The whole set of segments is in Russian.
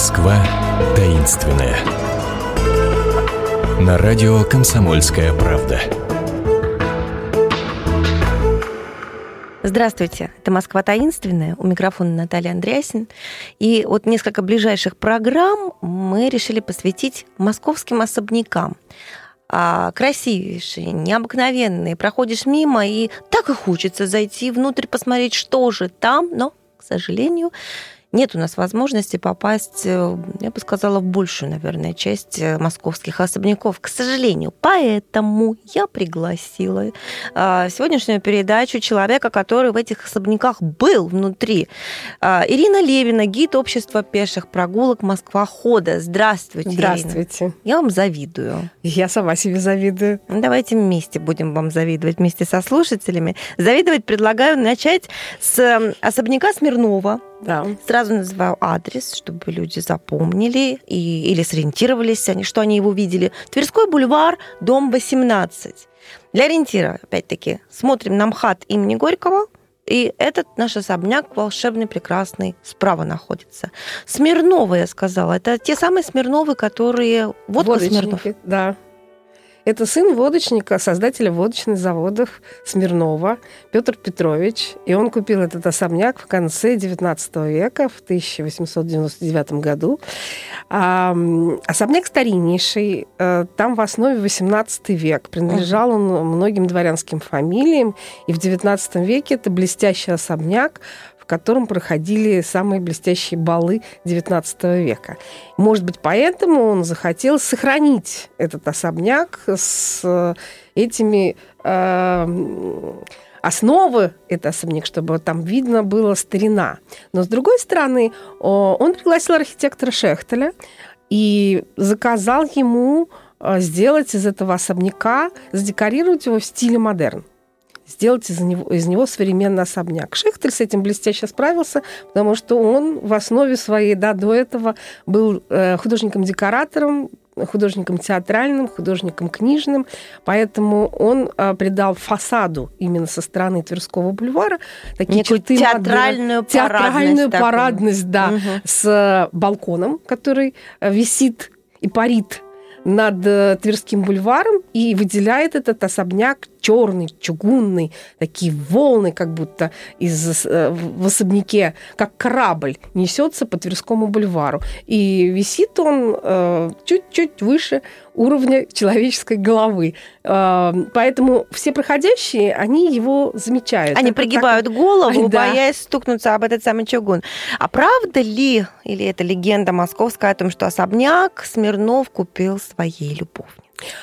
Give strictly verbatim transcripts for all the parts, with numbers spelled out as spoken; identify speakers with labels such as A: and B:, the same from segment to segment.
A: Москва таинственная. На радио «Комсомольская правда».
B: Здравствуйте, это «Москва таинственная», у микрофона Наталья Андреасин. И вот несколько ближайших программ мы решили посвятить московским особнякам. А, красивейшие, необыкновенные. Проходишь мимо, и так и хочется зайти внутрь, посмотреть, что же там, но, к сожалению, нет у нас возможности попасть, я бы сказала, в большую, наверное, часть московских особняков, к сожалению. Поэтому я пригласила в сегодняшнюю передачу человека, который в этих особняках был внутри. Ирина Левина, гид общества пеших прогулок «Москва-хода». Здравствуйте,
C: Здравствуйте.
B: Ирина. Я вам завидую.
C: Я сама себе завидую.
B: Давайте вместе будем вам завидовать, вместе со слушателями. Завидовать предлагаю начать с особняка Смирнова.
C: Да.
B: Сразу называю адрес, чтобы люди запомнили и, или сориентировались, они, что они его видели. Тверской бульвар, дом восемнадцать. Для ориентира, опять-таки, смотрим на МХАТ имени Горького, и этот наш особняк волшебный, прекрасный, справа находится. Смирновы, я сказала, это те самые Смирновы, которые... Водка Смирнов.
C: Да. Это сын водочника, создателя водочных заводов Смирнова, Петр Петрович. И он купил этот особняк в конце девятнадцатого века, в тысяча восемьсот девяносто девятом году. А, особняк стариннейший, там в основе восемнадцатый век. Принадлежал он многим дворянским фамилиям. И в девятнадцатом веке это блестящий особняк, в котором проходили самые блестящие балы девятнадцатого века. Может быть, поэтому он захотел сохранить этот особняк с этими э, основы, это особняк, чтобы там видно было старина. Но, с другой стороны, он пригласил архитектора Шехтеля и заказал ему сделать из этого особняка, задекорировать его в стиле модерн. Сделать из него, из него современный особняк. Шехтель с этим блестяще справился, потому что он в основе своей, да, до этого был э, художником-декоратором, художником театральным, художником книжным, поэтому он э, придал фасаду именно со стороны Тверского бульвара такие
B: некую
C: черты
B: театральную
C: модерн, театральную
B: парадность,
C: парадность, да, угу. с балконом, который висит и парит над Тверским бульваром и выделяет этот особняк черный, чугунный, такие волны, как будто из, в особняке, как корабль, несется по Тверскому бульвару. И висит он э, чуть-чуть выше уровня человеческой головы. Э, поэтому все проходящие, они его замечают.
B: Они
C: это
B: пригибают
C: так...
B: голову,
C: да.
B: боясь стукнуться об этот самый чугун. А правда ли, или это легенда московская о том, что особняк Смирнов купил своей любовницей?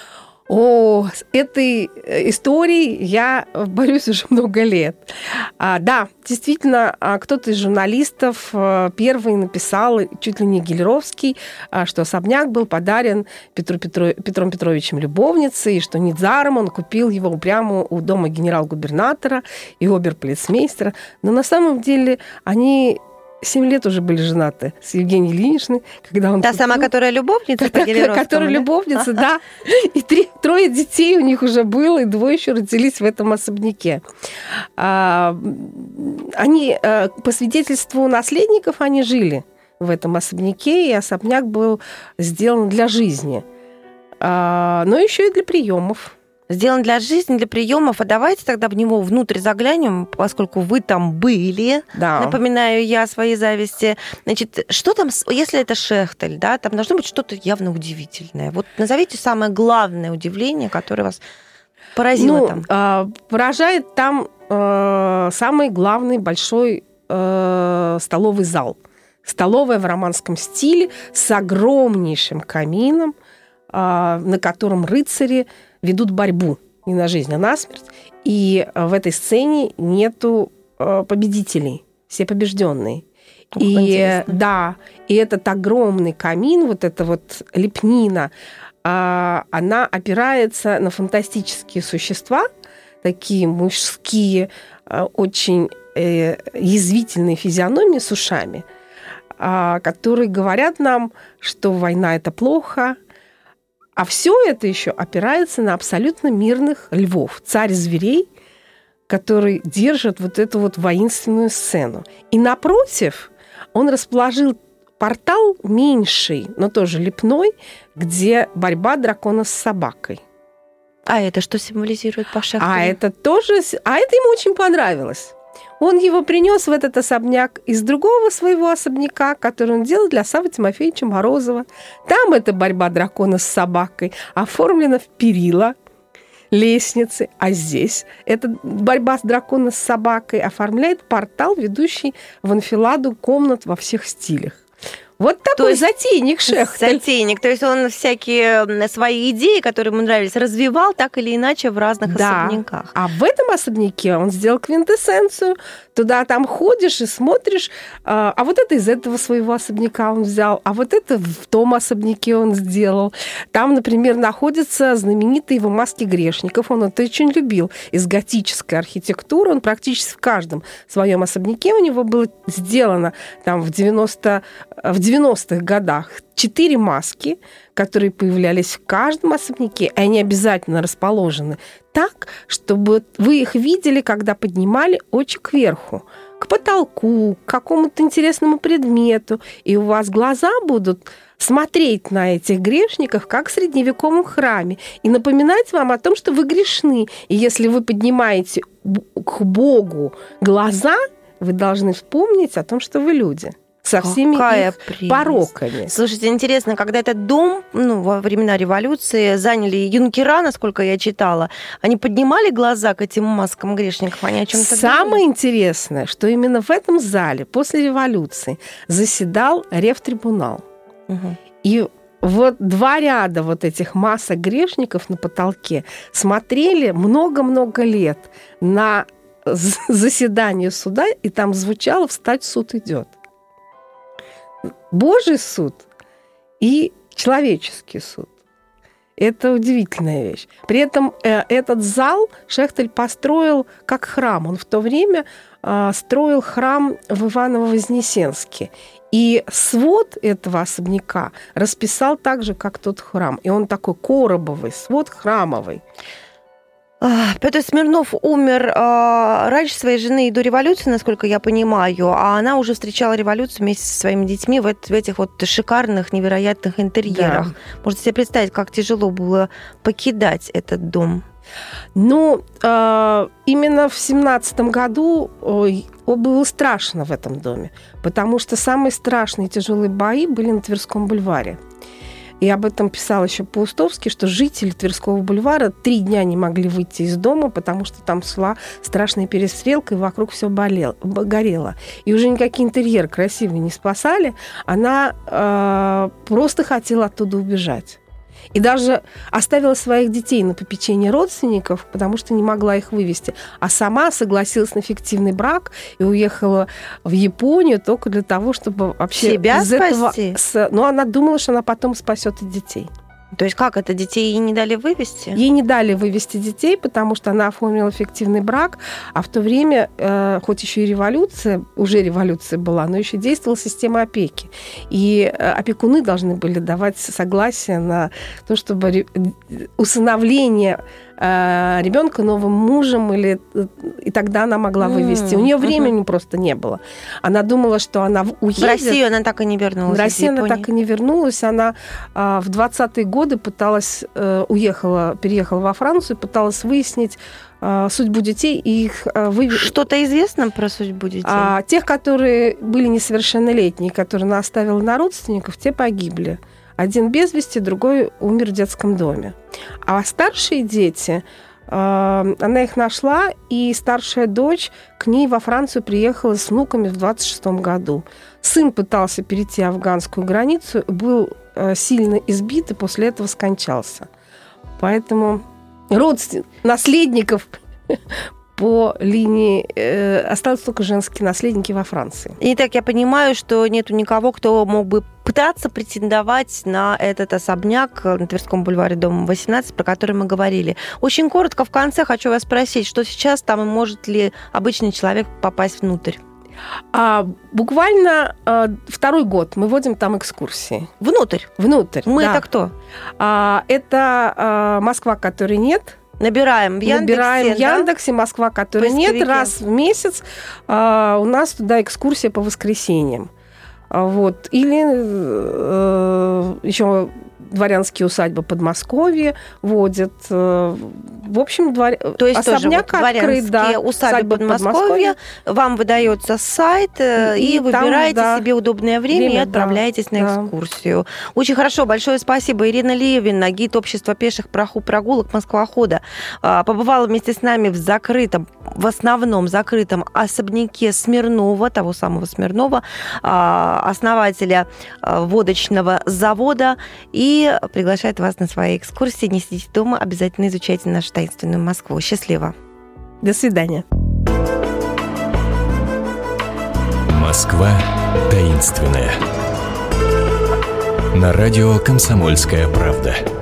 C: О, с этой историей я борюсь уже много лет. А, да, действительно, кто-то из журналистов первый написал, чуть ли не Гелеровский, что особняк был подарен Петру Петро... Петром Петровичем любовнице, и что недаром он купил его прямо у дома генерал-губернатора и оберполицмейстера. Но на самом деле они... Семь лет уже были женаты с Евгенией Ильиничной, когда он...
B: Та
C: купил...
B: самая, которая любовница?
C: Та, которая да? любовница, да. И три, трое детей у них уже было, и двое еще родились в этом особняке. А, они, по свидетельству наследников, они жили в этом особняке, и особняк был сделан для жизни, а, но еще и для приемов.
B: Сделан для жизни, для приемов. А давайте тогда в него внутрь заглянем, поскольку вы там были. Да. Напоминаю я о своей зависти. Значит, что там, если это Шехтель, да, там должно быть что-то явно удивительное. Вот назовите самое главное удивление, которое вас поразило
C: ну,
B: там.
C: А, поражает там а, самый главный большой а, столовый зал. Столовая в романском стиле с огромнейшим камином, а, на котором рыцари ведут борьбу не на жизнь, а на смерть. И в этой сцене нету победителей, все побежденные.
B: Ух,
C: и
B: интересно.
C: Да, и этот огромный камин, вот эта вот лепнина, она опирается на фантастические существа, такие мужские, очень язвительные физиономии с ушами, которые говорят нам, что война – это плохо. А все это еще опирается на абсолютно мирных львов, царь зверей, который держит вот эту вот воинственную сцену. И напротив он расположил портал меньший, но тоже лепной, где борьба дракона с собакой.
B: А это что символизирует по Шехтелю?
C: А это тоже... А это ему очень понравилось. Он его принес в этот особняк из другого своего особняка, который он делал для Саввы Тимофеевича Морозова. Там эта борьба дракона с собакой оформлена в перила лестницы, а здесь эта борьба с драконом с собакой оформляет портал, ведущий в анфиладу комнат во всех стилях. Вот такой затейник Шехтель.
B: Затейник. То есть он всякие свои идеи, которые ему нравились, развивал так или иначе в разных
C: да.
B: особняках.
C: А в этом особняке он сделал квинтэссенцию. Туда там ходишь и смотришь, а вот это из этого своего особняка он взял, а вот это в том особняке он сделал. Там, например, находятся знаменитые его маски грешников. Он это очень любил. Из готической архитектуры он практически в каждом своем особняке у него было сделано там в девяностых годах четыре маски, которые появлялись в каждом особняке, и они обязательно расположены так, чтобы вы их видели, когда поднимали очи кверху, к потолку, к какому-то интересному предмету, и у вас глаза будут смотреть на этих грешников, как в средневековом храме, и напоминать вам о том, что вы грешны. И если вы поднимаете к Богу глаза, вы должны вспомнить о том, что вы люди. Со всеми
B: Какая
C: их
B: прелесть.
C: пороками.
B: Слушайте, интересно, когда этот дом, ну, во времена революции заняли юнкера, насколько я читала, они поднимали глаза к этим маскам грешников? Они о чем-то
C: Самое
B: говорили?
C: интересное, что именно в этом зале после революции заседал Ревтрибунал.
B: Угу.
C: И вот два ряда вот этих масок грешников на потолке смотрели много-много лет на заседание суда, и там звучало «Встать, суд идет». Божий суд и человеческий суд. Это удивительная вещь. При этом э, этот зал Шехтель построил как храм. Он в то время э, строил храм в Иваново-Вознесенске. И свод этого особняка расписал так же, как тот храм. И он такой коробовый, свод храмовый.
B: Петр Смирнов умер э, раньше своей жены и до революции, насколько я понимаю, а она уже встречала революцию вместе со своими детьми в, в этих вот шикарных, невероятных интерьерах. Да. Можете себе представить, как тяжело было покидать этот дом?
C: Ну, э, именно в семнадцатом году ой, было страшно в этом доме, потому что самые страшные тяжелые бои были на Тверском бульваре. И об этом писал еще Паустовский, что жители Тверского бульвара три дня не могли выйти из дома, потому что там шла страшная перестрелка, и вокруг все горело. И уже никакие интерьеры красивые не спасали. Она э, просто хотела оттуда убежать. И даже оставила своих детей на попечение родственников, потому что не могла их вывести. А сама согласилась на фиктивный брак и уехала в Японию только для того, чтобы вообще
B: себя
C: из
B: спасти?
C: этого... С... Но она думала, что она потом спасет и детей.
B: То есть как это, детей ей не дали вывести?
C: Ей не дали вывести детей, потому что она оформила фиктивный брак, а в то время, э, хоть еще и революция, уже революция была, но еще действовала система опеки. И э, опекуны должны были давать согласие на то, чтобы ре... усыновление э, ребенка новым мужем, или... и тогда она могла вывести. Mm-hmm. У нее времени uh-huh. просто не было. Она думала, что она уедет.
B: В Россию она так и не вернулась.
C: В Россию она так и не вернулась. Она э, в двадцатые годы пыталась, э, уехала, переехала во Францию, пыталась выяснить э, судьбу детей и их э, вывести.
B: Что-то известно про судьбу детей?
C: А, тех, которые были несовершеннолетние, которые она оставила на родственников, те погибли. Один без вести, другой умер в детском доме. А старшие дети, э, она их нашла, и старшая дочь к ней во Францию приехала с внуками в двадцать шестом году. Сын пытался перейти афганскую границу, был сильно избит и после этого скончался. Поэтому родственников, наследников по линии э, остались только женские наследники во Франции.
B: Итак, я понимаю, что нету никого, кто мог бы пытаться претендовать на этот особняк на Тверском бульваре, дом восемнадцать, про который мы говорили. Очень коротко в конце хочу вас спросить, что сейчас там и может ли обычный человек попасть внутрь?
C: А, буквально а, второй год мы водим там экскурсии.
B: Внутрь?
C: Внутрь,
B: Мы
C: да.
B: это кто?
C: А, это а, Москва, которой нет.
B: Набираем в Яндексе,
C: Набираем в
B: да?
C: Яндексе, Москва, которой нет. Раз в месяц а, у нас туда экскурсия по воскресеньям. Вот. Или э, еще дворянские усадьбы Подмосковья водят. В общем, двор...
B: То есть особняк тоже вот открыт, да, усадьбы Подмосковья, вам выдается сайт, и, и выбираете там, да, себе удобное время, время и отправляетесь да, на экскурсию. Да. Очень хорошо, большое спасибо. Ирина Левина, гид общества пеших прогулок Москвохода, побывала вместе с нами в закрытом, в основном закрытом особняке Смирнова, того самого Смирнова, основателя водочного завода, и приглашает вас на свои экскурсии. Не сидите дома, обязательно изучайте нашу таинственную Москву. Счастливо.
C: До свидания.
A: Москва таинственная. На радио «Комсомольская правда».